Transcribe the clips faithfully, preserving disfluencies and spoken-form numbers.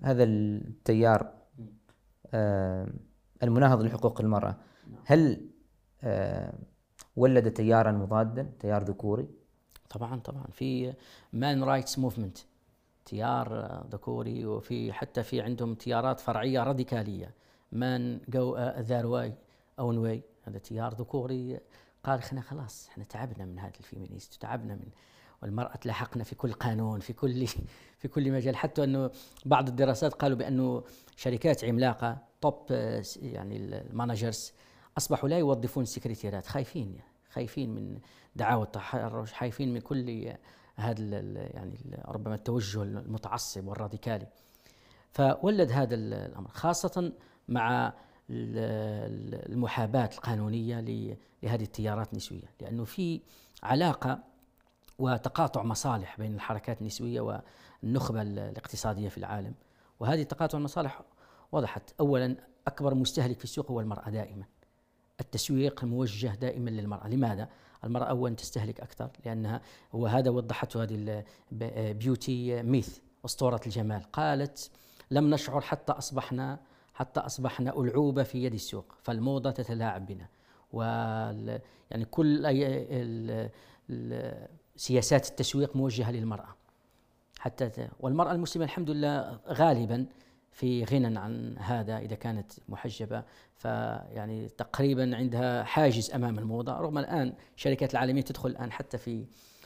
هذا التيار آه، المناهض لحقوق المرأة، هل آه، ولد تيارا مضادا، تيار ذكوري؟ طبعا طبعا في مان رايتس موفمنت، تيار ذكوري، وفي حتى في عندهم تيارات فرعية راديكالية. مان جو ذارواي أو نواي، هذا تيار ذكوري قال احنا خلاص احنا تعبنا من هذا الفيمينيست، تعبنا من والمرأة تلاحقنا في كل قانون، في كل في كل مجال. حتى انه بعض الدراسات قالوا بانه شركات عملاقة توب يعني المانجرز اصبحوا لا يوظفون السكرتيرات، خايفين خايفين من دعاوى التحرش، خايفين من كل هذا يعني ربما التوجه المتعصب والراديكالي. فولد هذا الأمر خاصة مع المحاباة القانونية لهذه التيارات النسوية، لأنه في علاقة وتقاطع مصالح بين الحركات النسوية والنخبة الاقتصادية في العالم. وهذه تقاطع المصالح وضحت. أولا، أكبر مستهلك في السوق هو المرأة دائما، التسويق موجه دائما للمرأة. لماذا؟ المرأة أولا تستهلك أكثر، لأنها وهذا وضحته هذه بيوتي ميث، أسطورة الجمال، قالت لم نشعر حتى أصبحنا حتى أصبحنا ألعوبة في يد السوق، فالموضة تتلاعب بنا. و يعني كل ال ال سياسات التسويق موجهة للمرأة حتى. والمرأة المسلمة الحمد لله غالبا في غنى عن هذا، إذا كانت محجبة فيعني تقريبا عندها حاجز أمام الموضة، رغم الآن الشركات العالمية تدخل الآن حتى في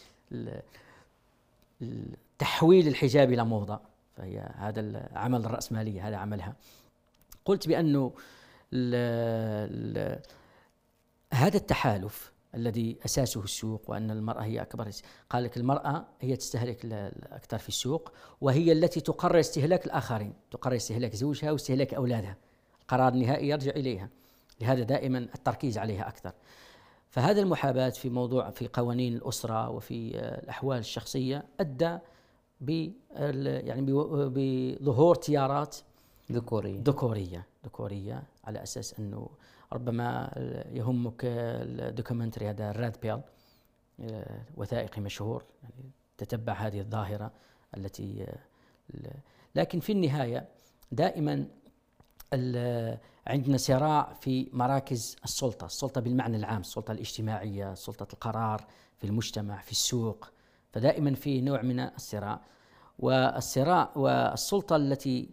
تحويل الحجاب إلى موضة، فهي هذا العمل الرأسمالية هذا عملها. قلت بأنه ال ال هذا التحالف الذي أساسه السوق، وأن المرأة هي أكبر، قال لك المرأة هي تستهلك أكثر في السوق، وهي التي تقرر استهلاك الآخرين، تقرر استهلاك زوجها واستهلاك أولادها، القرار النهائي يرجع إليها، لهذا دائما التركيز عليها أكثر. فهذا المحاباة في موضوع في قوانين الأسرة وفي الأحوال الشخصية أدى ب يعني بظهور تيارات ذكورية ذكورية ذكورية على أساس أنه ربما يهمك الدوكيومنتري هذا الراد بيل، وثائقي مشهور يعني تتبع هذه الظاهرة التي. لكن في النهاية دائما عندنا صراع في مراكز السلطة، السلطة بالمعنى العام، السلطة الاجتماعية، سلطة القرار في المجتمع، في السوق، فدائما في نوع من الصراع. والصراع والسلطة التي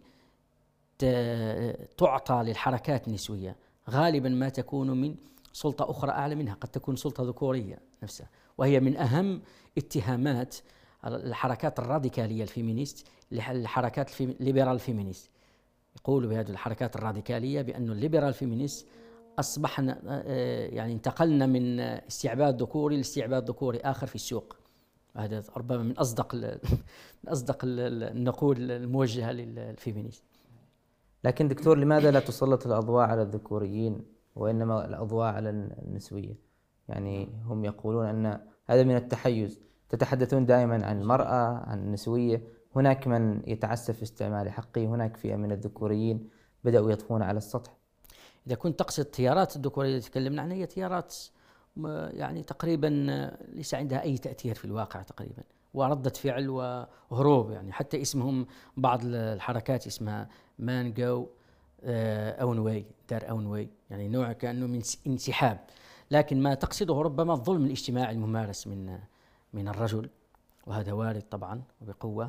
تعطى للحركات النسوية غالبا ما تكون من سلطة أخرى أعلى منها، قد تكون سلطة ذكورية نفسها، وهي من أهم اتهامات الحركات الراديكالية الفيمينيست، الحركات الليبرال فيمينيست. يقولوا بهذه الحركات الراديكالية بأن الليبرال فيمينيست أصبحنا يعني انتقلنا من استعباد ذكوري لاستعباد ذكوري آخر في السوق. هذا ربما من أصدق من أصدق النقود الموجهة للفيمينيست. لكن دكتور، لماذا لا تسلط الأضواء على الذكوريين وإنما الأضواء على النسوية؟ يعني هم يقولون أن هذا من التحيز، تتحدثون دائما عن المرأة، عن النسوية، هناك من يتعسف في استعمال حقه، هناك فئة من الذكوريين بدأوا يطفون على السطح. إذا كنت تقصد التيارات الذكورية التي تكلمنا عنها، هي تيارات يعني تقريبا ليس عندها أي تأثير في الواقع تقريبا، وردة فعل وهروب. يعني حتى اسمهم بعض الحركات اسمها مان جو أون واي، دار أون واي، يعني نوع كأنه من انسحاب. لكن ما تقصده ربما الظلم الاجتماعي الممارس من من الرجل، وهذا وارد طبعا وبقوة.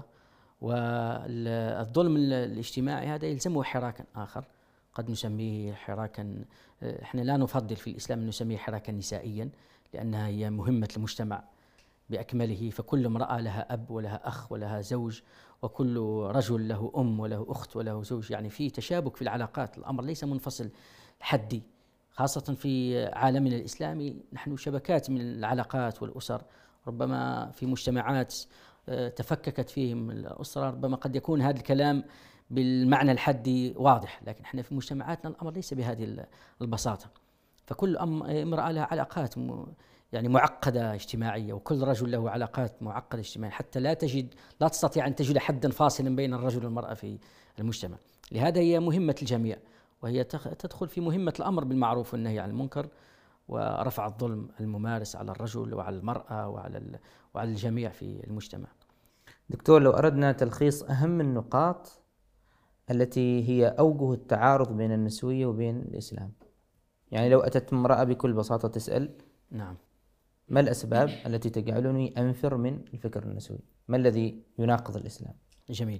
والظلم الاجتماعي هذا يلزمه حراكا آخر، قد نسميه حراكا، احنا لا نفضل في الإسلام أن نسميه حراكا نسائيا، لأنها هي مهمة المجتمع بأكمله، فكل امرأة لها أب ولها أخ ولها زوج، وكل رجل له أم وله أخت وله زوج، يعني في تشابك في العلاقات، الأمر ليس منفصل حدي. خاصة في عالمنا الإسلامي نحن شبكات من العلاقات والأسر، ربما في مجتمعات تفككت فيهم الأسرة ربما قد يكون هذا الكلام بالمعنى الحدي واضح، لكن احنا في مجتمعاتنا الأمر ليس بهذه البساطة. فكل امرأة لها علاقات يعني معقدة اجتماعية، وكل رجل له علاقات معقدة اجتماعية، حتى لا تجد لا تستطيع أن تجد حدا فاصلا بين الرجل والمرأة في المجتمع. لهذا هي مهمة الجميع، وهي تدخل في مهمة الأمر بالمعروف والنهي عن المنكر، ورفع الظلم الممارس على الرجل وعلى المرأة وعلى وعلى الجميع في المجتمع. دكتور، لو أردنا تلخيص أهم النقاط التي هي أوجه التعارض بين النسوية وبين الإسلام. يعني لو أتت امرأة بكل بساطة تسأل: نعم، ما الأسباب التي تجعلني أنفر من الفكر النسوي؟ ما الذي يناقض الإسلام؟ جميل.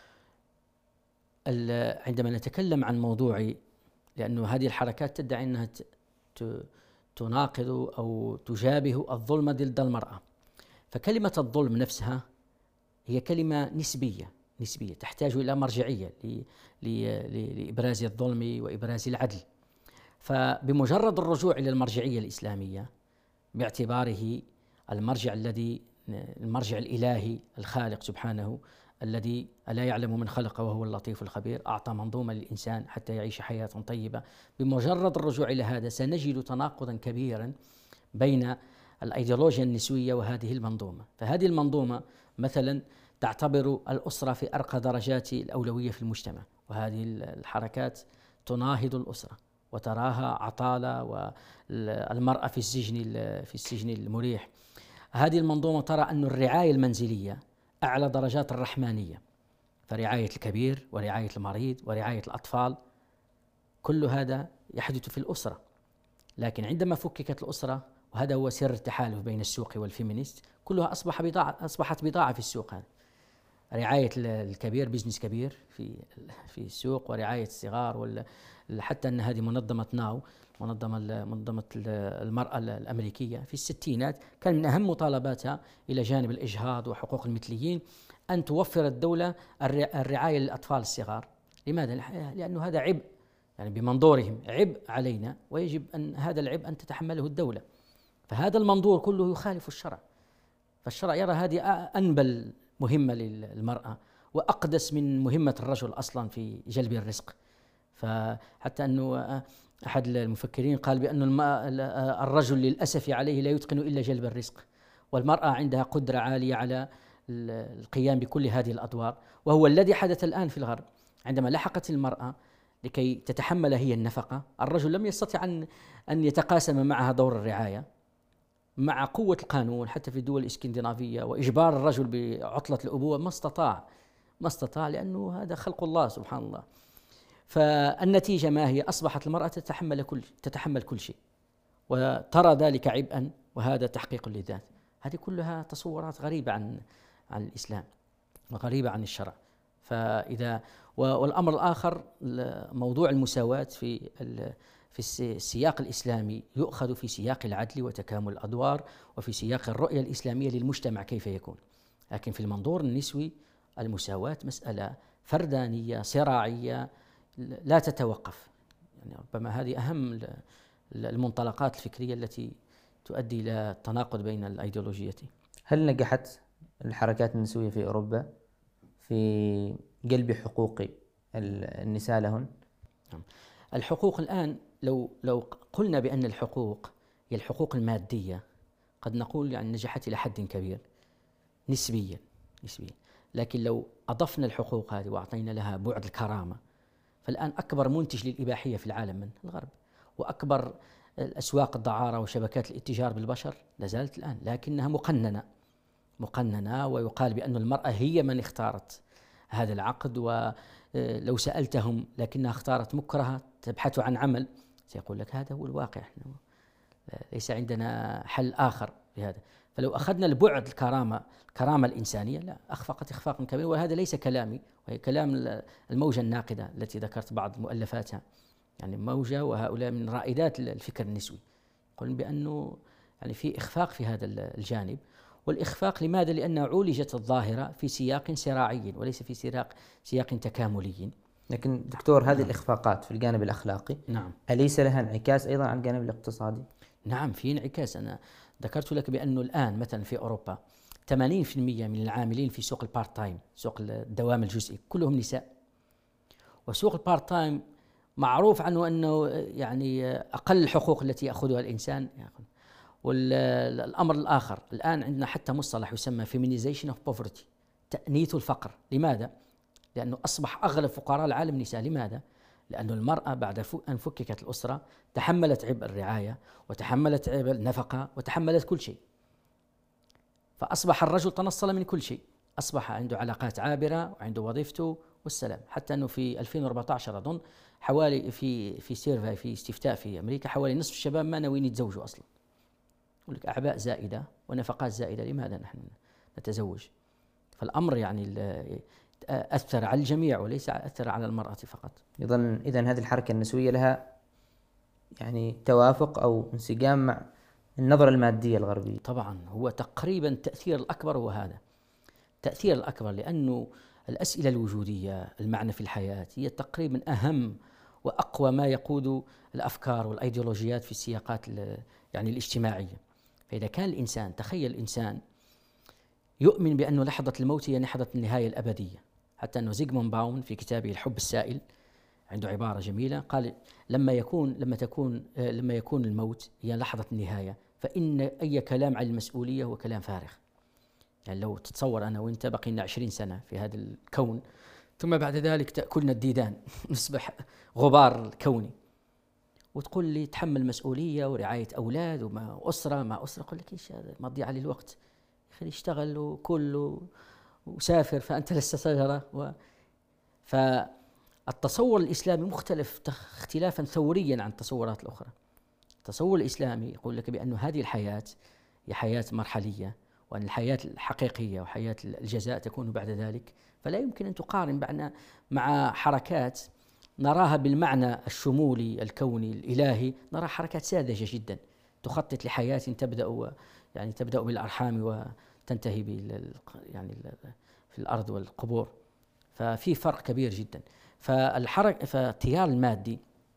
عندما نتكلم عن موضوع، لأنه هذه الحركات تدعي أنها تناقض أو تشابه الظلم ضد المرأة، فكلمة الظلم نفسها هي كلمة نسبية نسبية تحتاج إلى مرجعية لإبراز الظلم وإبراز العدل. فبمجرد الرجوع إلى المرجعية الإسلامية باعتباره المرجع الذي المرجع الإلهي الخالق سبحانه الذي ألا يعلم من خلق وهو اللطيف الخبير، أعطى منظومة للإنسان حتى يعيش حياة طيبة. بمجرد الرجوع إلى هذا سنجد تناقضا كبيرا بين الأيديولوجيا النسوية وهذه المنظومة. فهذه المنظومة مثلا تعتبر الأسرة في أرقى درجات الأولوية في المجتمع، وهذه الحركات تناهض الأسرة وتراها عطالة، والمرأة في السجن في السجن المريح. هذه المنظومة ترى أن الرعاية المنزلية أعلى درجات الرحمانية، فرعاية الكبير ورعاية المريض ورعاية الأطفال كل هذا يحدث في الأسرة. لكن عندما فككت الأسرة، وهذا هو سر التحالف بين السوق والفيمينيست، كلها أصبح بضاعة أصبحت بضاعة في السوق. هذا رعاية الكبير بزنس كبير في في السوق، ورعاية الصغار، ولا حتى أن هذه منظمة ناو منظمة منظمة المرأة الأمريكية في الستينات كان من أهم مطالباتها إلى جانب الإجهاض وحقوق المثليين أن توفر الدولة الرعاية للأطفال الصغار. لماذا؟ لأنه هذا عبء، يعني بمنظورهم عبء علينا، ويجب أن هذا العبء أن تتحمله الدولة. فهذا المنظور كله يخالف الشرع، فالشرع يرى هذه أنبل مهمة للمرأة وأقدس من مهمة الرجل أصلا في جلب الرزق. فحتى أنه أحد المفكرين قال بأن الرجل للأسف عليه لا يتقن إلا جلب الرزق، والمرأة عندها قدرة عالية على القيام بكل هذه الأدوار. وهو الذي حدث الآن في الغرب، عندما لحقت المرأة لكي تتحمل هي النفقة، الرجل لم يستطع أن أن يتقاسم معها دور الرعاية. مع قوة القانون حتى في الدول الإسكندنافية وإجبار الرجل بعطلة الأبوة ما استطاع ما استطاع لأنه هذا خلق الله سبحان الله. فالنتيجة ما هي؟ أصبحت المرأة تتحمل كل تتحمل كل شيء وترى ذلك عبئا، وهذا تحقيق للذات. هذه كلها تصورات غريبة عن عن الإسلام وغريبة عن الشرع. فإذا والأمر الآخر موضوع المساواة في في السياق الإسلامي يؤخذ في سياق العدل وتكامل الأدوار، وفي سياق الرؤية الإسلامية للمجتمع كيف يكون. لكن في المنظور النسوي المساواة مسألة فردانية صراعية لا تتوقف. يعني ربما هذه أهم المنطلقات الفكرية التي تؤدي إلى التناقض بين الأيديولوجيتين. هل نجحت الحركات النسوية في أوروبا في جلب حقوق النساء لهن؟ الحقوق الآن لو لو قلنا بأن الحقوق هي الحقوق المادية قد نقول يعني نجحت إلى حد كبير نسبيا نسبيا لكن لو أضفنا الحقوق هذه وأعطينا لها بعد الكرامة، فالآن أكبر منتج للإباحية في العالم من الغرب، وأكبر الأسواق الدعارة وشبكات الاتجار بالبشر لازالت الآن، لكنها مقننة مقننة ويقال بأن المرأة هي من اختارت هذا العقد. ولو سألتهم لكنها اختارت مكرهة تبحث عن عمل سيقول لك هذا هو الواقع، ليس عندنا حل آخر لهذا. فلو أخذنا البعد الكرامة الكرامة الإنسانية لا أخفقت إخفاقا كبيرا. وهذا ليس كلامي، وهي كلام الموجة الناقدة التي ذكرت بعض مؤلفاتها، يعني موجة وهؤلاء من رائدات الفكر النسوي يقولون بأنه يعني في إخفاق في هذا الجانب. والإخفاق لماذا؟ لأن عولجت الظاهرة في سياق صراعي وليس في سياق سياق تكاملي. لكن دكتور هذه نعم. الإخفاقات في الجانب الأخلاقي نعم أليس لها انعكاس أيضا على الجانب الاقتصادي؟ نعم في انعكاس. أنا ذكرت لك بأنه الآن مثلا في أوروبا ثمانين بالمئة من العاملين في سوق البارت تايم، سوق الدوام الجزئي، كلهم نساء. وسوق البارت تايم معروف عنه أنه يعني أقل الحقوق التي يأخذها الإنسان. والأمر الآخر الآن عندنا حتى مصطلح يسمى feminization of poverty، تأنيث الفقر. لماذا؟ لأنه أصبح أغلب فقراء العالم نساء. لماذا؟ لأن المرأة بعد أن فككت الأسرة تحملت عبء الرعاية وتحملت عبء النفقة وتحملت كل شيء، فأصبح الرجل تنصل من كل شيء، أصبح عنده علاقات عابرة وعنده وظيفته والسلام. حتى أنه في ألفين وأربعة عشر أظن حوالي في في سيرفي في استفتاء في أمريكا حوالي نصف الشباب ما ناويين يتزوجوا أصلا. يقول لك أعباء زائدة ونفقات زائدة، لماذا نحن نتزوج؟ فالأمر يعني أثر على الجميع وليس أثر على المرأة فقط. إذن إذن هذه الحركة النسوية لها يعني توافق أو انسجام مع النظرة المادية الغربية. طبعا هو تقريبا التأثير الأكبر هو هذا، التأثير الأكبر، لأنه الأسئلة الوجودية، المعنى في الحياة، هي تقريبا أهم وأقوى ما يقود الأفكار والأيديولوجيات في السياقات يعني الاجتماعية. فإذا كان الإنسان، تخيل الإنسان يؤمن بأن لحظة الموت هي لحظة النهاية الأبدية، حتى أنه زيغموند باوم في كتابه الحب السائل عنده عبارة جميلة، قال لما يكون لما تكون لما يكون الموت هي لحظة النهاية فإن أي كلام عن المسؤولية هو كلام فارغ. يعني لو تتصور أنا وأنت بقينا عشرين سنة في هذا الكون ثم بعد ذلك تأكلنا الديدان نصبح غبار كوني، وتقول لي تحمل مسؤولية ورعاية أولاد وما أسرة ما أسرة، أقول لك إيش هذا، ما تضيع علي الوقت، خلي اشتغل وكل وسافر فأنت لست شجرة. و... فالتصور الإسلامي مختلف اختلافا ثوريا عن التصورات الأخرى. التصور الإسلامي يقول لك بأن هذه الحياة هي حياة مرحلية، وأن الحياة الحقيقية وحياة الجزاء تكون بعد ذلك. فلا يمكن أن تقارن مع حركات نراها بالمعنى الشمولي الكوني الإلهي، نرى حركات ساذجة جدا تخطط لحياة تبدأ يعني تبدأ بالأرحام وتنتهي بال يعني في الأرض والقبور. ففي فرق كبير جدا. فالحركة فالتيار المادي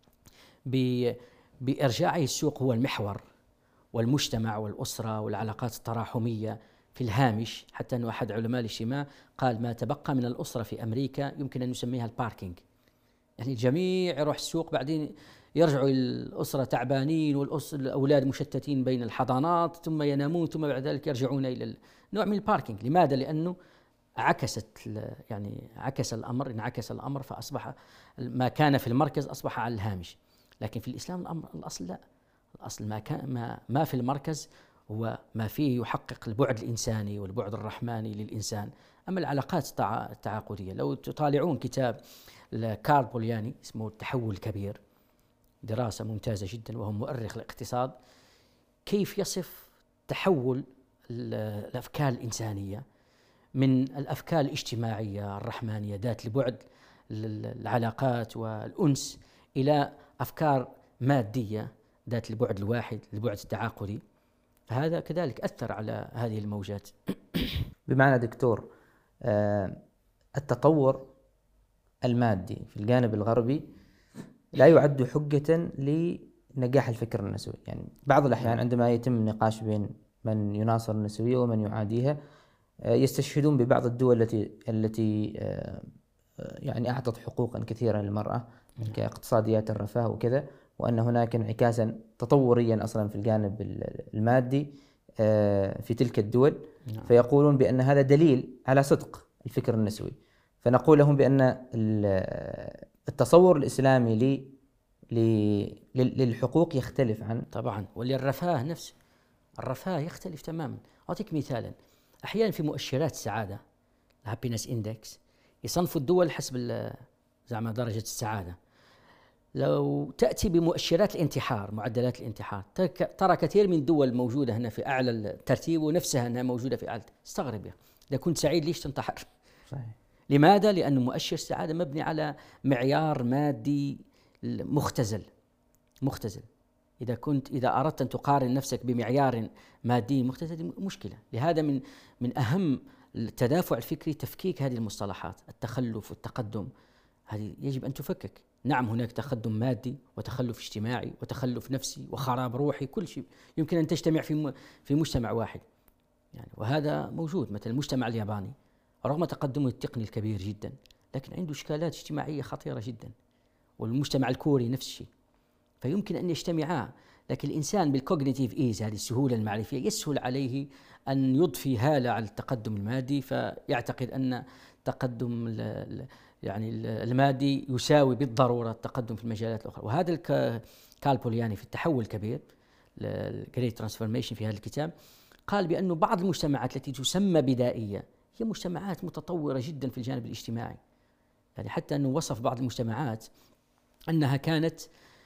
بإرجاعه السوق هو المحور، والمجتمع والأسرة والعلاقات التراحمية في الهامش. حتى أن أحد علماء الاجتماع قال ما تبقى من الأسرة في أمريكا يمكن أن نسميها الباركينج، يعني الجميع يروح السوق بعدين يرجعوا الأسرة تعبانين والأولاد مشتتين بين الحضانات ثم ينامون ثم بعد ذلك يرجعون إلى نوع من الباركينج. لماذا؟ لأنه عكست يعني عكس الأمر انعكس الأمر فأصبح ما كان في المركز أصبح على الهامش. لكن في الإسلام الأمر الأصل لا، الأصل ما كان ما, ما في المركز هو ما فيه يحقق البعد الإنساني والبعد الرحماني للإنسان. أما العلاقات التعاقدية، لو تطالعون كتاب كارل بولياني اسمه التحول الكبير، دراسة ممتازة جدا وهو مؤرخ الاقتصاد، كيف يصف تحول الأفكار الإنسانية من الأفكار الاجتماعية الرحمانية ذات البعد العلاقات والأنس إلى أفكار مادية ذات البعد الواحد البعد التعاقدي. فهذا كذلك أثر على هذه الموجات. بمعنى دكتور آه التطور المادي في الجانب الغربي لا يعد حجة لنجاح الفكر النسوي. يعني بعض الأحيان عندما يتم النقاش بين من يناصر النسوية ومن يعاديها يستشهدون ببعض الدول التي التي يعني أعطت حقوقا كثيرة للمرأة كاقتصاديات الرفاه وكذا، وأن هناك انعكاسا تطوريا أصلا في الجانب المادي في تلك الدول، فيقولون بأن هذا دليل على صدق الفكر النسوي. فنقول لهم بأن التصور الإسلامي للحقوق يختلف عن طبعا، وللرفاه نفسه، الرفاه يختلف تماما. أعطيك مثالا، أحيانا في مؤشرات السعادة الهابينس إندكس يصنفوا الدول حسب زعما درجة السعادة. لو تأتي بمؤشرات الانتحار، معدلات الانتحار، ترى كثير من الدول الموجودة هنا في أعلى الترتيب ونفسها أنها موجودة في أعلى. استغرب يا إذا كنت سعيد ليش تنتحر؟ صحيح. لماذا؟ لأن مؤشر السعادة مبني على معيار مادي مختزل مختزل. إذا كنت إذا أردت أن تقارن نفسك بمعيار مادي مختزل مشكلة. لهذا من من أهم التدافع الفكري تفكيك هذه المصطلحات، التخلف والتقدم، هذه يجب أن تفكك. نعم هناك تقدم مادي وتخلف اجتماعي وتخلف نفسي وخراب روحي، كل شيء يمكن أن تجتمع في في مجتمع واحد يعني، وهذا موجود. مثل المجتمع الياباني رغم تقدمه التقني الكبير جدا لكن عنده إشكالات اجتماعية خطيرة جدا، والمجتمع الكوري نفس الشيء. فيمكن أن يجتمعا، لكن الإنسان بالكوجنيتيف إيز، هذه السهولة المعرفية، يسهل عليه أن يضفي هالة على التقدم المادي، فيعتقد أن تقدم يعني المادي يساوي بالضرورة التقدم في المجالات الأخرى. وهذا كارل بولياني في التحول الكبير الجريت ترانسفورميشن في هذا الكتاب قال بأن بعض المجتمعات التي تسمى بدائية هي مجتمعات متطورة جدا في الجانب الاجتماعي، يعني حتى أنه وصف بعض المجتمعات أنها كانت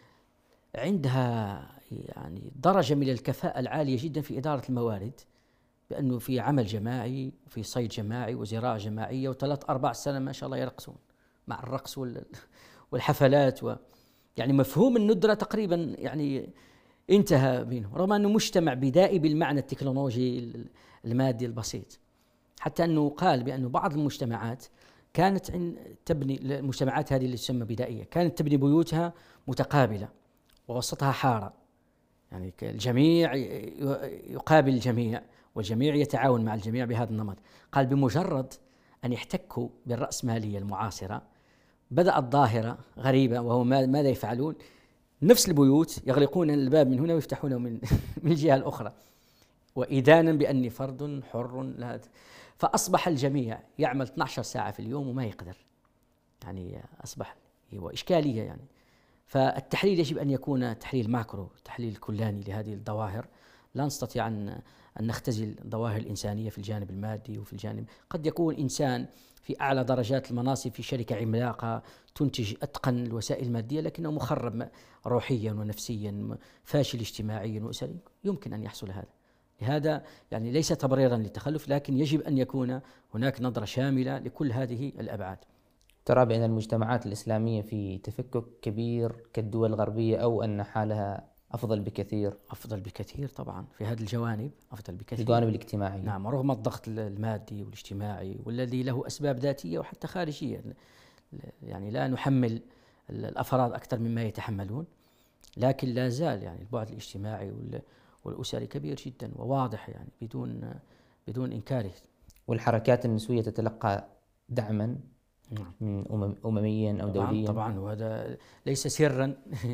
عندها يعني درجة من الكفاءة العالية جدا في إدارة الموارد، بأنه في عمل جماعي وفي صيد جماعي وزراعة جماعية، وثلاث أربع سنة ما شاء الله يرقصون مع الرقص والحفلات و يعني مفهوم الندرة تقريبا يعني انتهى منه، رغم أنه مجتمع بدائي بالمعنى التكنولوجي المادي البسيط. حتى أنه قال بأنه بعض المجتمعات كانت تبني، المجتمعات هذه اللي تسمى بدائية، كانت تبني بيوتها متقابلة ووسطها حارة، يعني الجميع يقابل الجميع والجميع يتعاون مع الجميع بهذا النمط. قال بمجرد أن يحتكوا بالرأسمالية المعاصرة بدأت ظاهرة غريبة، وهو ماذا يفعلون؟ نفس البيوت يغلقون الباب من هنا ويفتحونه من من الجهة الأخرى، وإدانا بأني فرد حر لا. فأصبح الجميع يعمل اثنتي عشرة ساعة في اليوم وما يقدر، يعني أصبح هو إشكالية يعني. فالتحليل يجب أن يكون تحليل ماكرو، تحليل كلاني لهذه الظواهر. لا نستطيع أن أن نختزل الظواهر الإنسانية في الجانب المادي وفي الجانب، قد يكون إنسان في أعلى درجات المناصب في شركة عملاقة تنتج أتقن الوسائل المادية، لكنه مخرب روحيا ونفسيا، فاشل اجتماعيا وأسريا، يمكن أن يحصل هذا. لهذا يعني ليس تبريرا للتخلف، لكن يجب أن يكون هناك نظرة شاملة لكل هذه الأبعاد. ترى بأن المجتمعات الإسلامية في تفكك كبير كالدول الغربية، أو أن حالها أفضل بكثير؟ أفضل بكثير طبعا في هذه الجوانب، أفضل بكثير. الجوانب الاجتماعية نعم، رغم الضغط المادي والاجتماعي والذي له أسباب ذاتية وحتى خارجية، يعني لا نحمل الأفراد أكثر مما يتحملون، لكن لا زال يعني البعد الاجتماعي والأسري كبير جدا وواضح يعني بدون بدون إنكاره. والحركات النسوية تتلقى دعما من أمم أمميا أو طبعاً دوليا؟ طبعا، وهذا ليس سرا.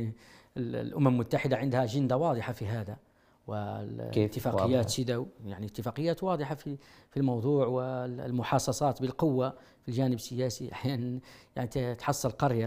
الأمم المتحدة عندها أجندة واضحة في هذا، والاتفاقيات سيداو يعني اتفاقيات واضحة في في الموضوع، والمحاصصات بالقوة في الجانب السياسي. أحيانا يعني تحصل قرية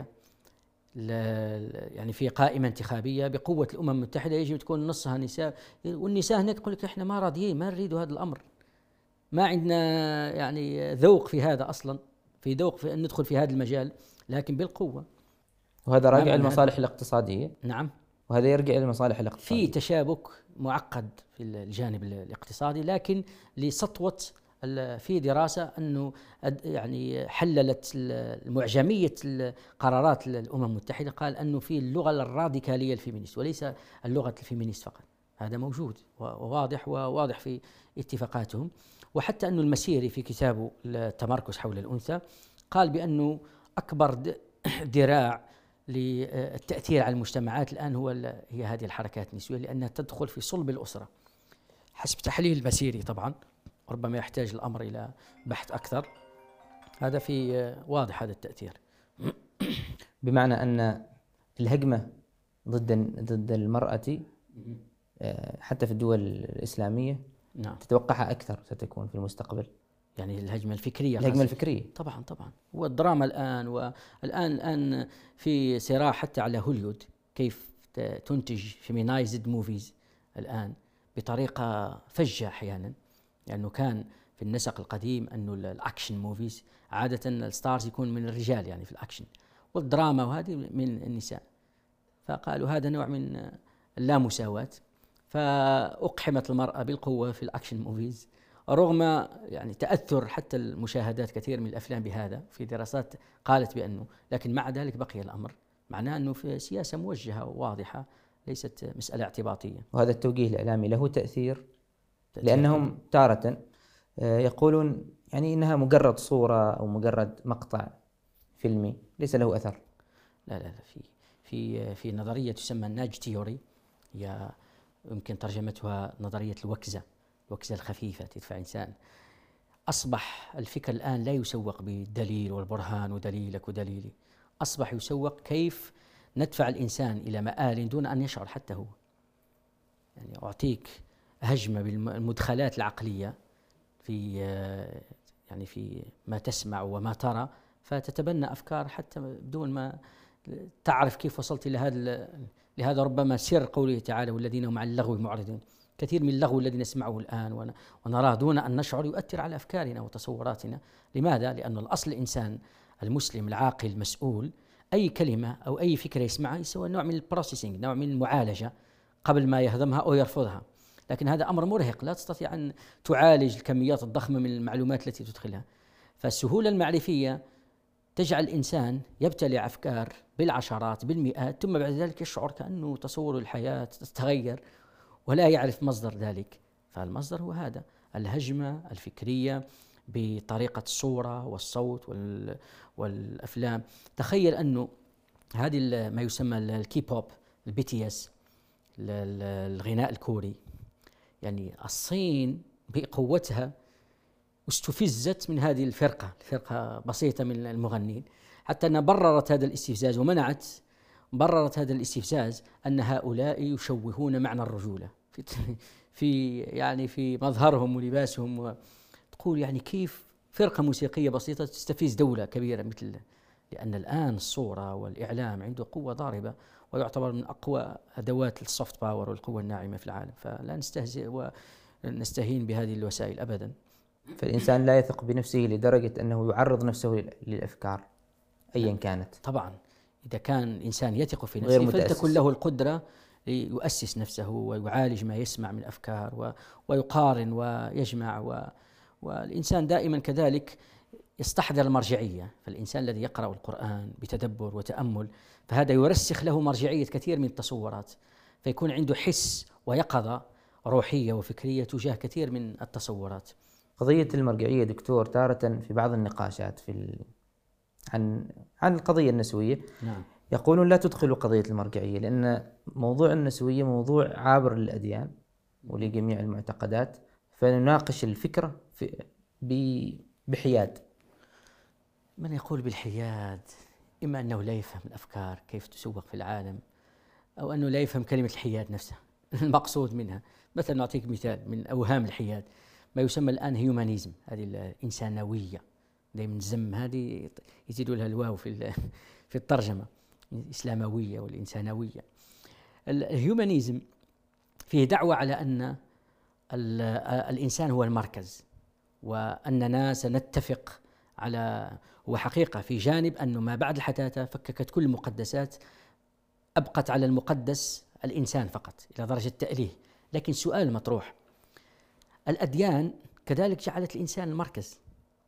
يعني في قائمة انتخابية بقوة الأمم المتحدة يجب تكون نصها نساء، والنساء هناك يقول لك احنا ما راضيين، ما نريد هذا الأمر، ما عندنا يعني ذوق في هذا أصلا، في ذوق في أن ندخل في هذا المجال، لكن بالقوة. وهذا راجع للمصالح الاقتصادية. نعم، وهذا يرجع للمصالح الاقتصادية. في تشابك معقد في الجانب الاقتصادي، لكن لسطوة في دراسة أنه يعني حللت المعجمية القرارات الأمم المتحدة، قال أنه في اللغة الراديكالية الفيمينيست وليس اللغة الفيمينيست فقط، هذا موجود وواضح وواضح في اتفاقاتهم. وحتى أنه المسيري في كتابه التمركز حول الأنثى قال بأنه أكبر ذراع للتأثير على المجتمعات الآن هو هي هذه الحركات النسوية، لأنها تدخل في صلب الأسرة حسب تحليل المسيري. طبعا ربما يحتاج الأمر إلى بحث أكثر، هذا في واضح هذا التأثير. بمعنى أن الهجمة ضد ضد المرأة حتى في الدول الإسلامية نعم تتوقعها أكثر ستكون في المستقبل، يعني الهجمة الفكرية. الهجمة الفكرية طبعا طبعا، والدراما الآن والآن الآن في صراع حتى على هوليوود كيف تنتج فيمينايزد موفيز الآن بطريقة فجة أحيانا، لأنه يعني كان في النسق القديم أنه الأكشن موفيز عادة الستارز يكون من الرجال يعني في الأكشن، والدراما وهذه من النساء، فقالوا هذا نوع من اللامساواة، فأقحمت المرأة بالقوة في الأكشن موفيز، رغم يعني تأثر حتى المشاهدات كثير من الأفلام بهذا، في دراسات قالت بأنه، لكن مع ذلك بقي الأمر، معناه أنه في سياسة موجهة وواضحة ليست مسألة اعتباطية. وهذا التوجيه الإعلامي له تأثير، لأنهم تارة يقولون يعني إنها مجرد صورة أو مجرد مقطع فيلمي ليس له أثر. لا لا لا، في في في نظرية تسمى الناج تيوري، هي يمكن ترجمتها نظرية الوكزة، الوكزة الخفيفة تدفع إنسان. أصبح الفكر الآن لا يسوق بالدليل والبرهان ودليلك ودليلي، أصبح يسوق كيف ندفع الإنسان إلى مآل دون أن يشعر حتى هو. يعني أعطيك هجمة بالمدخلات العقلية في يعني في ما تسمع وما ترى، فتتبنى أفكار حتى بدون ما تعرف كيف وصلت إلى هذا لهذا ربما سر قوله تعالى والذين هم عن اللغو معرضون. كثير من اللغو الذي نسمعه الآن ونراه دون أن نشعر يؤثر على أفكارنا وتصوراتنا. لماذا؟ لأن الأصل الإنسان المسلم العاقل المسؤول أي كلمة أو أي فكرة يسمعها يسوي نوع من البروسيسنج، نوع من المعالجة قبل ما يهضمها أو يرفضها. لكن هذا أمر مرهق، لا تستطيع أن تعالج الكميات الضخمة من المعلومات التي تدخلها. فالسهولة المعرفية تجعل الإنسان يبتلع أفكار بالعشرات بالمئات، ثم بعد ذلك يشعر كأنه تصور الحياة تتغير ولا يعرف مصدر ذلك. فالمصدر هو هذا الهجمة الفكرية بطريقة الصورة والصوت والأفلام. تخيل أنه هذه ما يسمى الكي بوب، البي تي اس، الغناء الكوري، يعني الصين بقوتها استفزت من هذه الفرقة، الفرقة بسيطة من المغنين، حتى أنها بررت هذا الاستفزاز ومنعت بررت هذا الاستفزاز أن هؤلاء يشوهون معنى الرجولة في في يعني في مظهرهم ولباسهم. تقول يعني كيف فرقة موسيقية بسيطة تستفز دولة كبيرة مثل، لأن الآن الصورة والإعلام عنده قوة ضاربة ويعتبر من أقوى أدوات السوفت باور والقوة الناعمة في العالم، فلا نستهزئ ونستهين بهذه الوسائل أبدا. فالإنسان لا يثق بنفسه لدرجة أنه يعرض نفسه للأفكار أيا كانت. طبعا إذا كان الإنسان يثق في نفسه فلتكن له القدرة ليؤسس نفسه ويعالج ما يسمع من أفكار ويقارن ويجمع و والإنسان دائما كذلك يستحضر المرجعية. فالإنسان الذي يقرأ القرآن بتدبر وتأمل فهذا يرسخ له مرجعية كثير من التصورات، فيكون عنده حس ويقظة روحية وفكرية تجاه كثير من التصورات. قضية المرجعية دكتور تارة في بعض النقاشات في ال... عن عن القضية النسوية، نعم، يقولون لا تدخلوا قضية المرجعية لأن موضوع النسوية موضوع عابر للأديان ولجميع المعتقدات، فنناقش الفكرة في بحياد. من يقول بالحياد إما أنه لا يفهم الأفكار كيف تسوق في العالم، أو أنه لا يفهم كلمة الحياد نفسها المقصود منها. مثلا نعطيك مثال من أوهام الحياد، ما يسمى الآن هيومانيزم، هذه الإنسانوية، دائما الزم هذه يزيدوا لها الواو في في الترجمة، الإسلاموية والإنسانوية. الهيومانيزم فيه دعوة على أن الإنسان هو المركز، وأننا سنتفق على، هو حقيقة في جانب أنه ما بعد الحداثة فككت كل المقدسات، أبقت على المقدس الإنسان فقط إلى درجة التأليه. لكن سؤال مطروح، الأديان كذلك جعلت الإنسان المركز.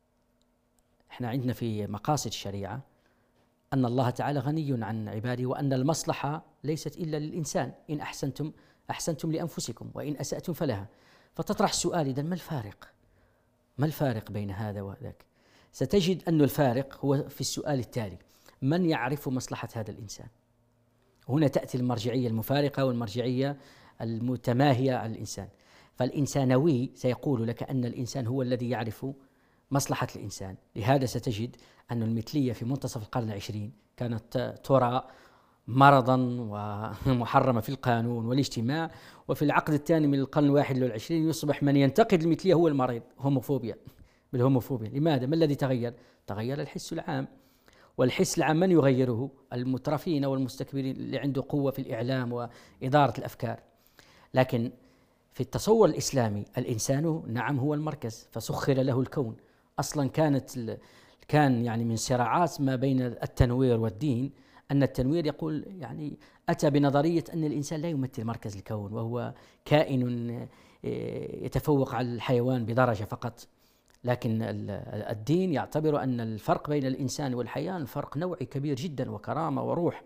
احنا عندنا في مقاصد الشريعة أن الله تعالى غني عن عباده، وأن المصلحة ليست إلا للإنسان، إن أحسنتم أحسنتم لأنفسكم وإن أسأتم فلها. فتطرح السؤال، إذن ما الفارق؟ ما الفارق بين هذا وذاك؟ ستجد أن الفارق هو في السؤال التالي: من يعرف مصلحة هذا الإنسان؟ هنا تأتي المرجعية المفارقة والمرجعية المتماهية على الإنسان. فالإنسانوي سيقول لك أن الإنسان هو الذي يعرف مصلحة الإنسان. لهذا ستجد أن المثلية في منتصف القرن العشرين كانت ترى مرضا ومحرمة في القانون والاجتماع، وفي العقد الثاني من القرن الواحد والعشرين يصبح من ينتقد المثلية هو المريض، هوموفوبيا، بالهوموفوبيا. لماذا؟ ما الذي تغير؟ تغير الحس العام، والحس العام من يغيره؟ المترفين والمستكبرين اللي عنده قوة في الإعلام وإدارة الأفكار. لكن في التصور الإسلامي الإنسان نعم هو المركز، فسخر له الكون. أصلا كانت كان يعني من صراعات ما بين التنوير والدين أن التنوير يقول يعني أتى بنظرية أن الإنسان لا يمثل مركز الكون، وهو كائن يتفوق على الحيوان بدرجة فقط. لكن الدين يعتبر أن الفرق بين الإنسان والحيوان فرق نوعي كبير جدا وكرامة وروح.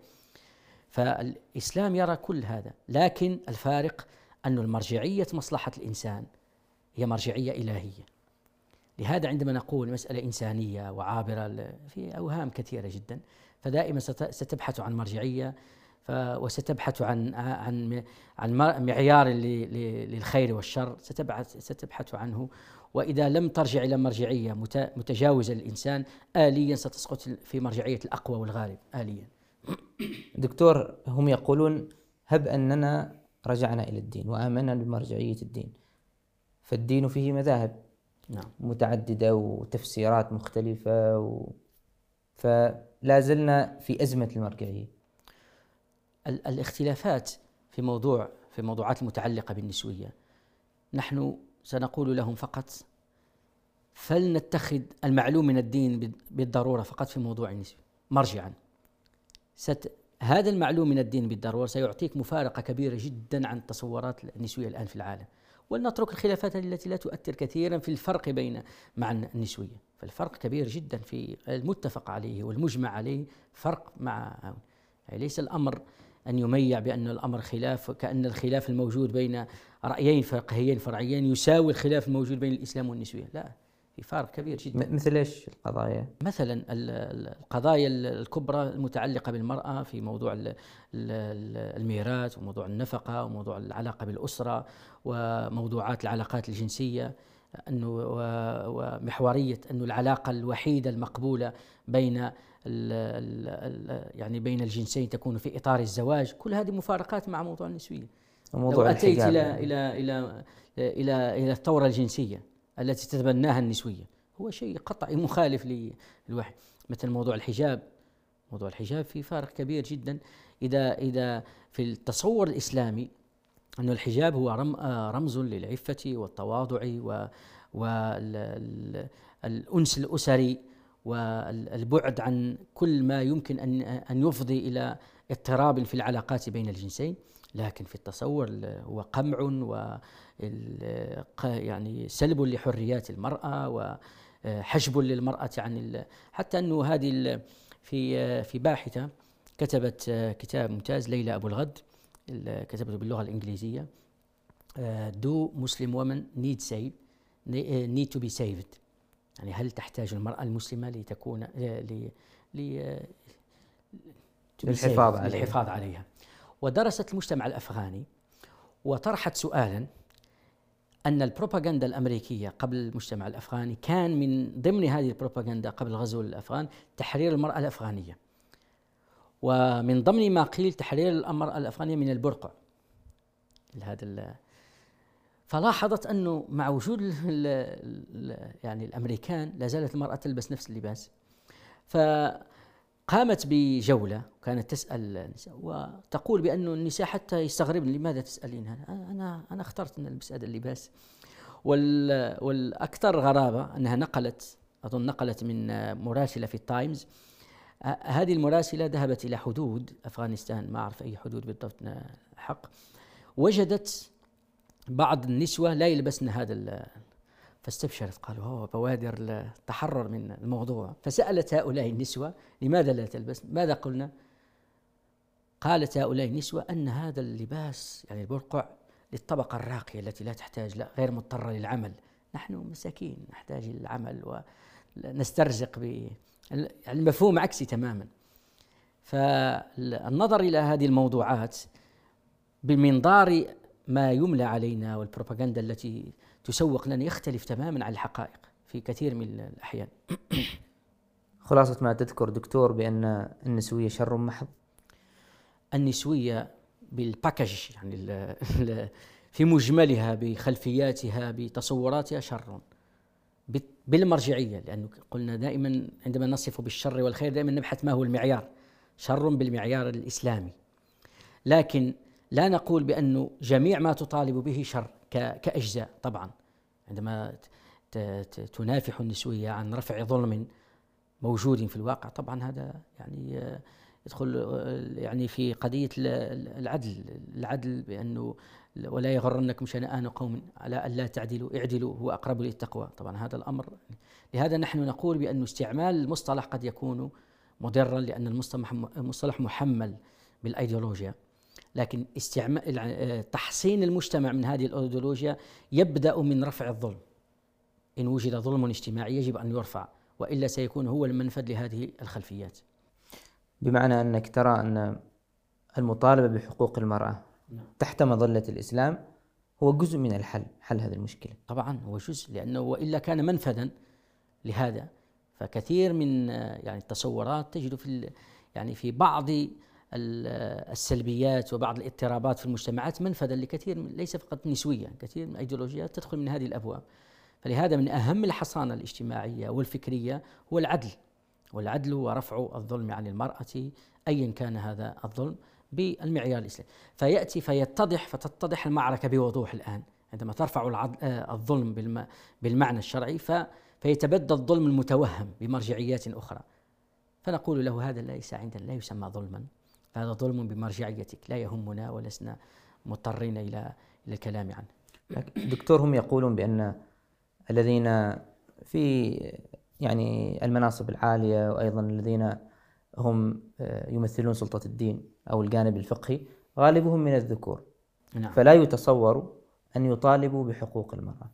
فالإسلام يرى كل هذا، لكن الفارق أن المرجعية مصلحة الإنسان هي مرجعية إلهية. لهذا عندما نقول مسألة إنسانية وعابرة في أوهام كثيرة جدا، فدائما ستبحث عن مرجعية وستبحث عن عن عن معيار للخير والشر، ستبحث ستبحث عنه. وإذا لم ترجع إلى مرجعية متجاوزة للإنسان آليا ستسقط في مرجعية الأقوى والغالب آليا. دكتور، هم يقولون هب أننا رجعنا إلى الدين وآمنا بمرجعية الدين، فالدين فيه مذاهب نعم متعددة وتفسيرات مختلفة و... فلا زلنا في أزمة المرجعية. الاختلافات في موضوع في موضوعات المتعلقة بالنسوية نحن سنقول لهم فقط فلنتخذ المعلوم من الدين بالضرورة فقط في موضوع النسوة مرجعا. ست هذا المعلوم من الدين بالضرورة سيعطيك مفارقة كبيرة جدا عن التصورات النسوية الآن في العالم. ولنترك الخلافات التي لا تؤثر كثيرا في الفرق بين مع النسوية، فالفرق كبير جدا في المتفق عليه والمجمع عليه، فرق مع يعني ليس الأمر أن يميع بأن الأمر خلاف، كأن الخلاف الموجود بين رأيين فقهيين فرعيين يساوي الخلاف الموجود بين الإسلام والنسوية، لا، في فارق كبير جدا. مثل ايش القضايا؟ مثلا القضايا الكبرى المتعلقة بالمرأة في موضوع الميراث وموضوع النفقة وموضوع العلاقة بالأسرة وموضوعات العلاقات الجنسية، أنه ومحورية أنه العلاقة الوحيدة المقبولة بين ال ال يعني بين الجنسين تكون في إطار الزواج، كل هذه مفارقات مع موضوع النسوية. لو أتيت إلى يعني. إلى إلى إلى إلى الثورة الجنسية التي تتبناها النسوية، هو شيء قطعي مخالف للوحي. مثل موضوع الحجاب، موضوع الحجاب في فارق كبير جدا. إذا إذا في التصور الإسلامي أن الحجاب هو رمز للعفة والتواضع والأنس الأسري والبعد عن كل ما يمكن أن أن يفضي إلى اضطراب في العلاقات بين الجنسين، لكن في التصور هو قمع و يعني سلب لحريات المرأة وحجب للمرأة عن حتى أنه هذه في في باحثة كتبت كتاب ممتاز، ليلى أبو الغد، كتبته باللغة الإنجليزية، Do Muslim Women Need Save Need to be Saved، يعني هل تحتاج المرأة المسلمة لتكون ل للحفاظ عليها. للحفاظ عليها. ودرست المجتمع الأفغاني وطرحت سؤالا أن البروباغندا الأمريكية قبل المجتمع الأفغاني كان من ضمن هذه البروباغندا قبل غزو الأفغان تحرير المرأة الأفغانية، ومن ضمن ما قيل تحرير المرأة الأفغانية من البرقع. هذا فلاحظت أنه مع وجود ال ال يعني الأمريكان لا زالت المرأة تلبس نفس اللباس، فقامت بجولة وكانت تسأل النساء وتقول بأن النساء حتى يستغربن، لماذا تسألين هذا؟ أنا أنا اخترت أن ألبس هذا اللباس. والأكثر غرابة أنها نقلت، أظن نقلت من مراسلة في التايمز، هذه المراسلة ذهبت إلى حدود أفغانستان، ما أعرف أي حدود بالضبط حق، وجدت بعض النسوة لا يلبسن هذا، فاستبشرت، قالوا هو بوادر التحرر من الموضوع. فسألت هؤلاء النسوة لماذا لا تلبس؟ ماذا قلنا؟ قالت هؤلاء النسوة أن هذا اللباس يعني البرقع للطبقة الراقية التي لا تحتاج، لا غير مضطرة للعمل، نحن مساكين نحتاج للعمل ونسترزق ب المفهوم عكسي تماما. فالنظر إلى هذه الموضوعات بمنظار ما يملى علينا والبروباغندا التي تسوق لنا يختلف تماما عن الحقائق في كثير من الأحيان. خلاصة ما تذكر دكتور بأن النسوية شر محض؟ النسوية بالباكج يعني ال ال في مجملها بخلفياتها بتصوراتها شر بالمرجعية، لأنه قلنا دائما عندما نصف بالشر والخير دائما نبحث ما هو المعيار، شر بالمعيار الإسلامي، لكن لا نقول بأنه جميع ما تطالب به شر كأجزاء. طبعا عندما تنافح النسوية عن رفع ظلم موجود في الواقع، طبعا هذا يعني يدخل يعني في قضية العدل، العدل بأنه ولا يغرنكم شنآن قوم على أن لا تعدلوا اعدلوا هو أقرب للتقوى. طبعا هذا الأمر، لهذا نحن نقول بأن استعمال المصطلح قد يكون مضرا، لأن المصطلح محمل بالأيديولوجيا، لكن استعمال تحصين المجتمع من هذه الأيديولوجيا يبدأ من رفع الظلم. إن وجد ظلم اجتماعي يجب أن يرفع، وإلا سيكون هو المنفذ لهذه الخلفيات. بمعنى أنك ترى أن المطالبة بحقوق المرأة تحت مظلة الإسلام هو جزء من الحل، حل هذه المشكلة. طبعا هو جزء، لأنه وإلا كان منفذا لهذا. فكثير من يعني التصورات تجد في يعني في بعض السلبيات وبعض الاضطرابات في المجتمعات منفذا لكثير من، ليس فقط نسويا، كثير من الأيديولوجيات تدخل من هذه الأبواب. فلهذا من أهم الحصانة الاجتماعية والفكرية هو العدل، والعدل هو رفع الظلم عن المرأة أيا كان هذا الظلم بالمعيار الإسلامي. فيأتي فيتضح فتتضح المعركة بوضوح الآن عندما ترفع الظلم بالمعنى الشرعي فيتبدل الظلم المتوهم بمرجعيات أخرى، فنقول له هذا ليس عندنا، لا يسمى ظلما، هذا ظلم بمرجعيتك، لا يهمنا ولسنا مضطرين إلى إلى الكلام عنه. دكتور، هم يقولون بأن الذين في يعني المناصب العالية وأيضا الذين هم يمثلون سلطة الدين أو الجانب الفقهي غالبهم من الذكور. نعم. فلا يتصور أن يطالبوا بحقوق المرأة.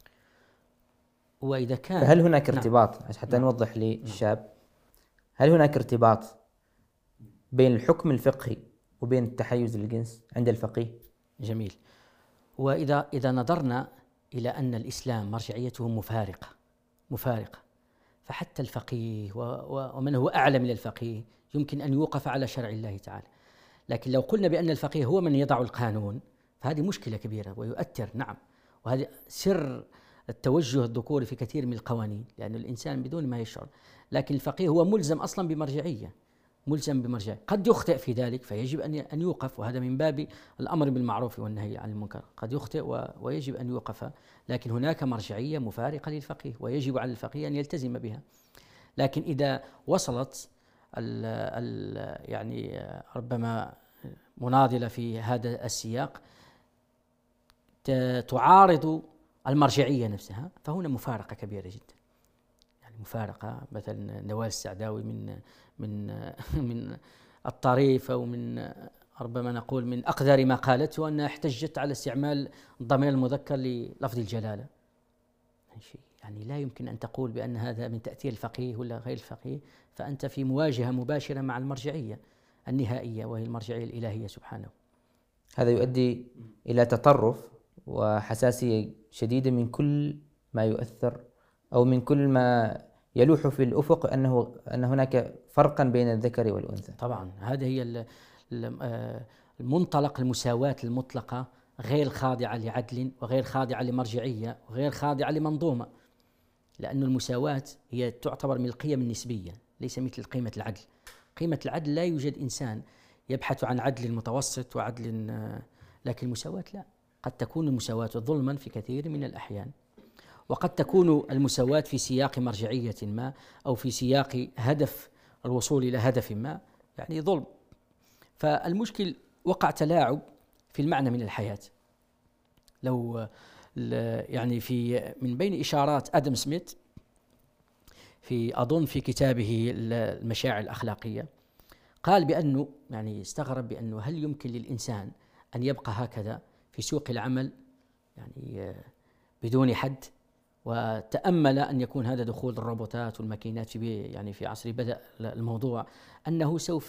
وإذا كان فهل هناك ارتباط؟ نعم. حتى نعم. نوضح للشاب، هل هناك ارتباط بين الحكم الفقهي وبين التحيز للجنس عند الفقيه؟ جميل. وإذا إذا نظرنا إلى أن الإسلام مرجعيته مفارقة مفارقة فحتى الفقيه ومن هو أعلى من الفقيه يمكن أن يوقف على شرع الله تعالى. لكن لو قلنا بأن الفقيه هو من يضع القانون فهذه مشكلة كبيرة ويؤثر. نعم، وهذا سر التوجه الذكوري في كثير من القوانين، لأن الإنسان بدون ما يشعر، لكن الفقيه هو ملزم أصلا بمرجعية، ملزم بمرجعية، قد يخطئ في ذلك فيجب أن أن يوقف، وهذا من باب الأمر بالمعروف والنهي عن المنكر، قد يخطئ ويجب أن يوقف، لكن هناك مرجعية مفارقة للفقيه ويجب على الفقيه أن يلتزم بها. لكن إذا وصلت ال ال يعني ربما مناضلة في هذا السياق تعارض المرجعية نفسها فهنا مفارقة كبيرة جدا. يعني مفارقة، مثلا نوال السعداوي من من من الطريف أو من ربما نقول من أقدر ما قالته أنها احتجت على استعمال الضمير المذكر للفظ الجلالة. يعني لا يمكن أن تقول بأن هذا من تأثير الفقيه ولا غير الفقيه، فأنت في مواجهة مباشرة مع المرجعية النهائية وهي المرجعية الإلهية سبحانه. هذا يؤدي إلى تطرف وحساسية شديدة من كل ما يؤثر أو من كل ما يلوح في الأفق أنه أن هناك فرقا بين الذكر والأنثى. طبعا هذه هي المنطلق، المساواة المطلقة غير خاضعة لعدل وغير خاضعة لمرجعية وغير خاضعة لمنظومة، لأن المساواة هي تعتبر من القيم النسبية ليس مثل قيمة العدل. قيمة العدل لا يوجد إنسان يبحث عن عدل متوسط وعدل، لكن المساواة لا، قد تكون المساواة ظلما في كثير من الأحيان، وقد تكون المساواة في سياق مرجعية ما أو في سياق هدف الوصول إلى هدف ما، يعني ظلم. فالمشكل وقع تلاعب في المعنى من الحياة. لو يعني في من بين إشارات آدم سميث في أظن في كتابه المشاعر الأخلاقية قال بأنه يعني استغرب بأنه هل يمكن للإنسان أن يبقى هكذا في سوق العمل يعني بدون حد، وتأمل أن يكون هذا دخول الروبوتات والماكينات في يعني في عصر بدأ الموضوع أنه سوف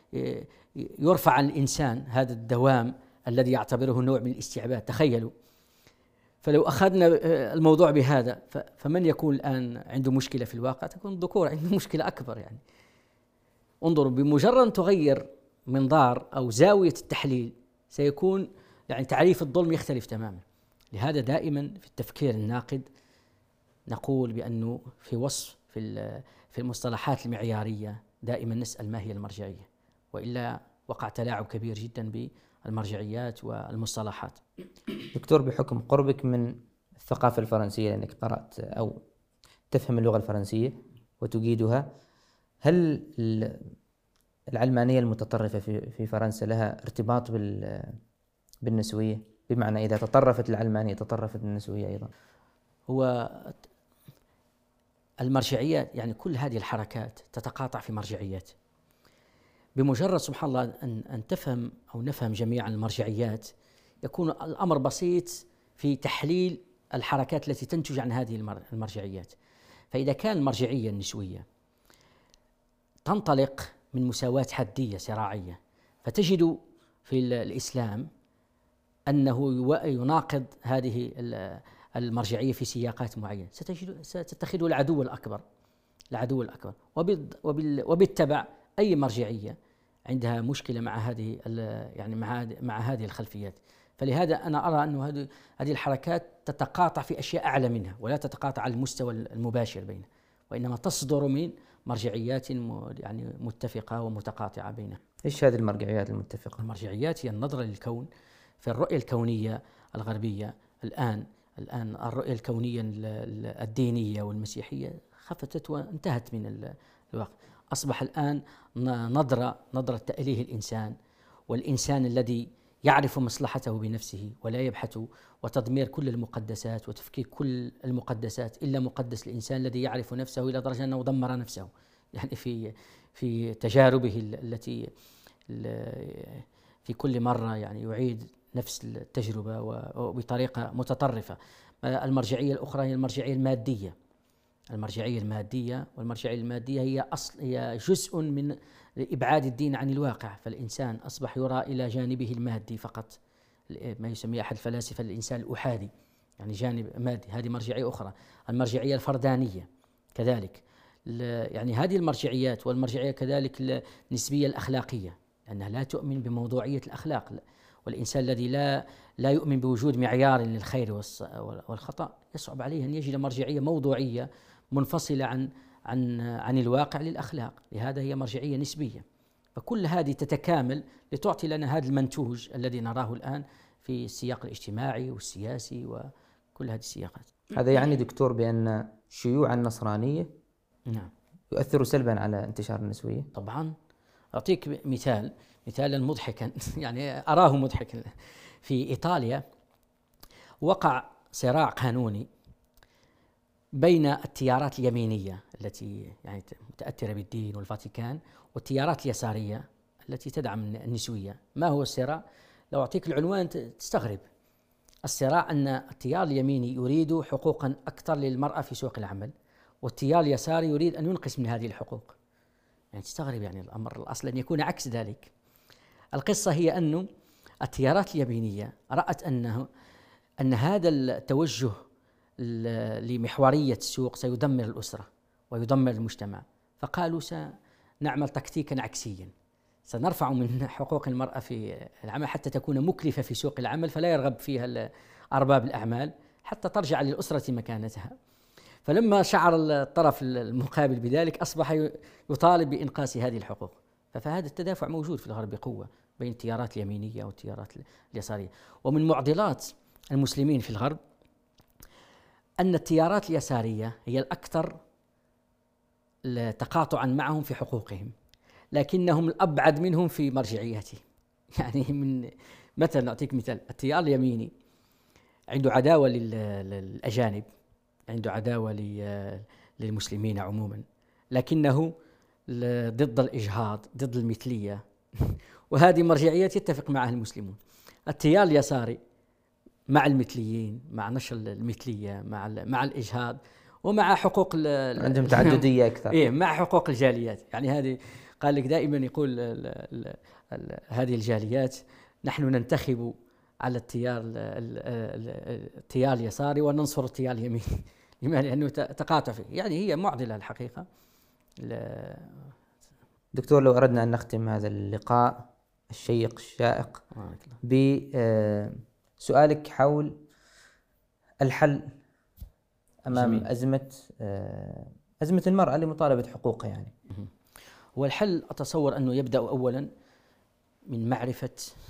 يرفع عن الإنسان هذا الدوام الذي يعتبره نوع من الاستعباد. تخيلوا، فلو أخذنا الموضوع بهذا فمن يكون الآن عنده مشكلة في الواقع؟ تكون الذكور عنده مشكلة أكبر. يعني انظروا، بمجرد أن تغير منظار أو زاوية التحليل سيكون يعني تعريف الظلم يختلف تماما. لهذا دائما في التفكير الناقد نقول بأنه في وصف في في المصطلحات المعيارية دائما نسأل ما هي المرجعية، وإلا وقع تلاعب كبير جدا بالمرجعيات والمصطلحات. دكتور، بحكم قربك من الثقافة الفرنسية لأنك قرأت أو تفهم اللغة الفرنسية وتجيدها، هل العلمانية المتطرفة في في فرنسا لها ارتباط بالنسوية؟ بمعنى إذا تطرفت العلمانية تطرفت النسوية أيضا؟ هو المرجعيات يعني كل هذه الحركات تتقاطع في مرجعيات. بمجرد سبحان الله أن أن تفهم أو نفهم جميعا المرجعيات يكون الأمر بسيط في تحليل الحركات التي تنتج عن هذه المرجعيات. فإذا كان المرجعية النسوية تنطلق من مساواة حدية صراعية، فتجد في الإسلام أنه يناقض هذه المرجعية في سياقات معينة، ستتخذه العدو الأكبر العدو الأكبر وبالتبع أي مرجعية عندها مشكلة مع هذه يعني مع مع هذه الخلفيات. فلهذا أنا أرى أن هذه هذه الحركات تتقاطع في أشياء أعلى منها، ولا تتقاطع على المستوى المباشر بينها، وإنما تصدر من مرجعيات يعني متفقة ومتقاطعة بينها. إيش هذه المرجعيات المتفقة؟ المرجعيات هي النظرة للكون في الرؤية الكونية الغربية الآن الآن الرؤية الكونية الدينية والمسيحية خفتت وانتهت من الواقع. أصبح الآن نظرة نظرة تأليه الإنسان، والإنسان الذي يعرف مصلحته بنفسه ولا يبحث، وتدمير كل المقدسات وتفكيك كل المقدسات إلا مقدس الإنسان الذي يعرف نفسه، إلى درجة أنه دمر نفسه يعني في في تجاربه التي في كل مرة يعني يعيد نفس التجربة وبطريقة متطرفة. المرجعية الأخرى هي المرجعية المادية. المرجعية المادية والمرجعية المادية هي أصل هي جزء من إبعاد الدين عن الواقع، فالإنسان أصبح يرى إلى جانبه المادي فقط، ما يسميه أحد الفلاسفة الإنسان الأحادي، يعني جانب مادي. هذه مرجعية أخرى. المرجعية الفردانية كذلك، يعني هذه المرجعيات، والمرجعية كذلك النسبية الأخلاقية، لأنها لا تؤمن بموضوعية الأخلاق، والإنسان الذي لا لا يؤمن بوجود معيار للخير والخطأ يصعب عليه أن يجد مرجعية موضوعية منفصلة عن عن عن الواقع للأخلاق، لهذا هي مرجعية نسبية. فكل هذه تتكامل لتعطي لنا هذا المنتوج الذي نراه الآن في السياق الاجتماعي والسياسي وكل هذه السياقات. هذا يعني دكتور بأن شيوع النصرانية نعم يؤثر سلبا على انتشار النسوية؟ طبعا. أعطيك مثال مثالا مضحكا يعني أراه مضحكا. في إيطاليا وقع صراع قانوني بين التيارات اليمينية التي يعني متأثرة بالدين والفاتيكان، والتيارات اليسارية التي تدعم النسوية. ما هو الصراع؟ لو أعطيك العنوان تستغرب. الصراع أن التيار اليميني يريد حقوقا أكثر للمرأة في سوق العمل، والتيار اليساري يريد أن ينقص من هذه الحقوق. يعني تستغرب، يعني الأمر الأصل أن يكون عكس ذلك. القصة هي أن التيارات اليمينية رأت أنه أن هذا التوجه لمحورية السوق سيدمر الأسرة ويدمر المجتمع، فقالوا سنعمل تكتيكا عكسيا، سنرفع من حقوق المرأة في العمل حتى تكون مكلفة في سوق العمل، فلا يرغب فيها أرباب الأعمال، حتى ترجع للأسرة مكانتها. فلما شعر الطرف المقابل بذلك أصبح يطالب بإنقاص هذه الحقوق. فهذا التدافع موجود في الغرب بقوة بين التيارات اليمينية والتيارات اليسارية. ومن معضلات المسلمين في الغرب أن التيارات اليسارية هي الأكثر تقاطعا معهم في حقوقهم، لكنهم الأبعد منهم في مرجعيتهم. يعني من مثلا أعطيك مثال، التيار اليميني عنده عداوة للأجانب، عنده عداوة للمسلمين عموما، لكنه ضد الإجهاض، ضد المثلية وهذه مرجعيات يتفق معها المسلمون. التيار اليساري مع المثليين، مع نشر المثلية، مع مع الإجهاض، ومع حقوق عندهم تعددية أكثر. إيه، مع حقوق الجاليات. يعني هذه قال لك دائما يقول ال ال ال هذه الجاليات نحن ننتخب على التيار التيار اليساري وننصر التيار اليميني. لماذا؟ لأنه تقاطع فيه. يعني هي معضلة الحقيقة. دكتور، لو أردنا أن نختم هذا اللقاء الشيق الشائق بسؤالك حول الحل أمام جميل. أزمة أزمة المرأة لمطالبة حقوقها. يعني هو الحل أتصور أنه يبدأ أولا من معرفة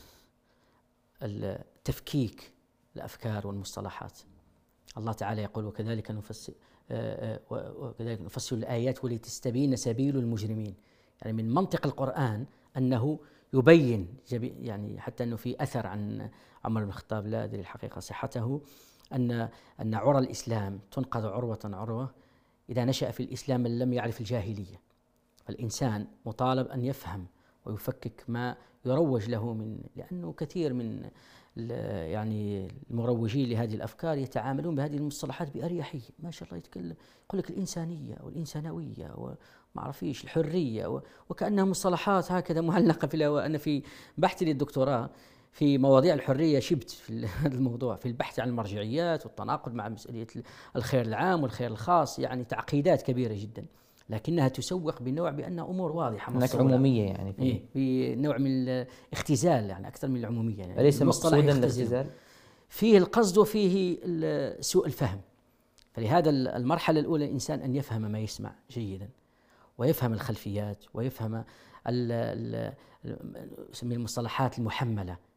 التفكيك الأفكار والمصطلحات. الله تعالى يقول وكذلك نفصل وكذلك نفصل الآيات ولتستبين سبيل المجرمين. يعني من منطق القرآن أنه يبين، يعني حتى أنه في أثر عن عمر بن الخطاب لا أدري الحقيقة صحته، أن أن عرى الإسلام تنقض عروة عروة إذا نشأ في الإسلام من لم يعرف الجاهلية. فالإنسان مطالب أن يفهم ويفكك ما يروج له، من لأنه كثير من يعني المروجين لهذه الأفكار يتعاملون بهذه المصطلحات بأريحية، ما شاء الله يتكلم يقول لك الإنسانية والإنسانوية وما أعرفيش الحرية، وكأنها مصطلحات هكذا معلقة في الهواء. أنا في بحثي للدكتوراه في مواضيع الحرية شبت في هذا الموضوع، في البحث عن المرجعيات والتناقض مع مسألة الخير العام والخير الخاص، يعني تعقيدات كبيرة جدا، لكنها تسوق بنوع بأنها أمور واضحة، هناك عمومية يعني فيه إيه، بنوع من الاختزال، يعني أكثر من العمومية. يعني أليس مقصودا الاختزال؟ فيه القصد وفيه سوء الفهم. فلهذا المرحلة الأولى الإنسان أن يفهم ما يسمع جيدا، ويفهم الخلفيات، ويفهم نسميه المصطلحات المحملة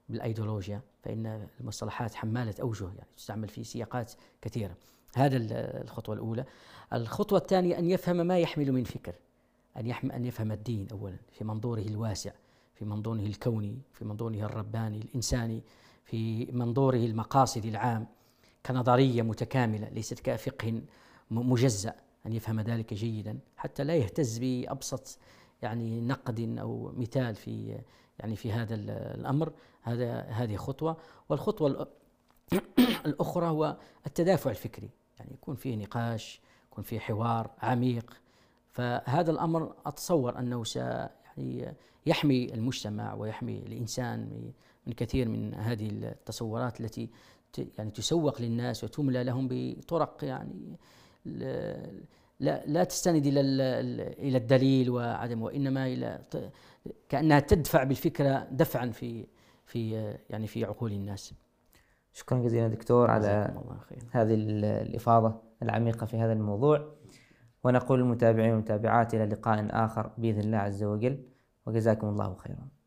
بالأيديولوجيا، فإن المصطلحات حمالة أوجه يعني تستعمل في سياقات كثيرة. هذا الخطوة الأولى. الخطوة الثانية أن يفهم ما يحمل من فكر، أن يحم أن يفهم الدين أولا في منظوره الواسع، في منظوره الكوني، في منظوره الرباني الإنساني، في منظوره المقاصد العام كنظرية متكاملة ليست كفقه مجزأ، أن يفهم ذلك جيدا حتى لا يهتز بأبسط يعني نقد أو مثال في يعني في هذا الأمر. هذا هذه خطوة. والخطوة الأخرى هو التدافع الفكري، يعني يكون فيه نقاش، يكون فيه حوار عميق. فهذا الأمر أتصور أنه سي يعني يحمي المجتمع ويحمي الإنسان من كثير من هذه التصورات التي يعني تسوق للناس وتملى لهم بطرق يعني لا لا تستند إلى إلى الدليل وعدم، وإنما إلى كأنها تدفع بالفكرة دفعا في في يعني في عقول الناس. شكرا جزيلا دكتور على هذه الإفاضة العميقة في هذا الموضوع، ونقول للمتابعين والمتابعات إلى لقاء آخر بإذن الله عز وجل، وجزاكم الله خيرا.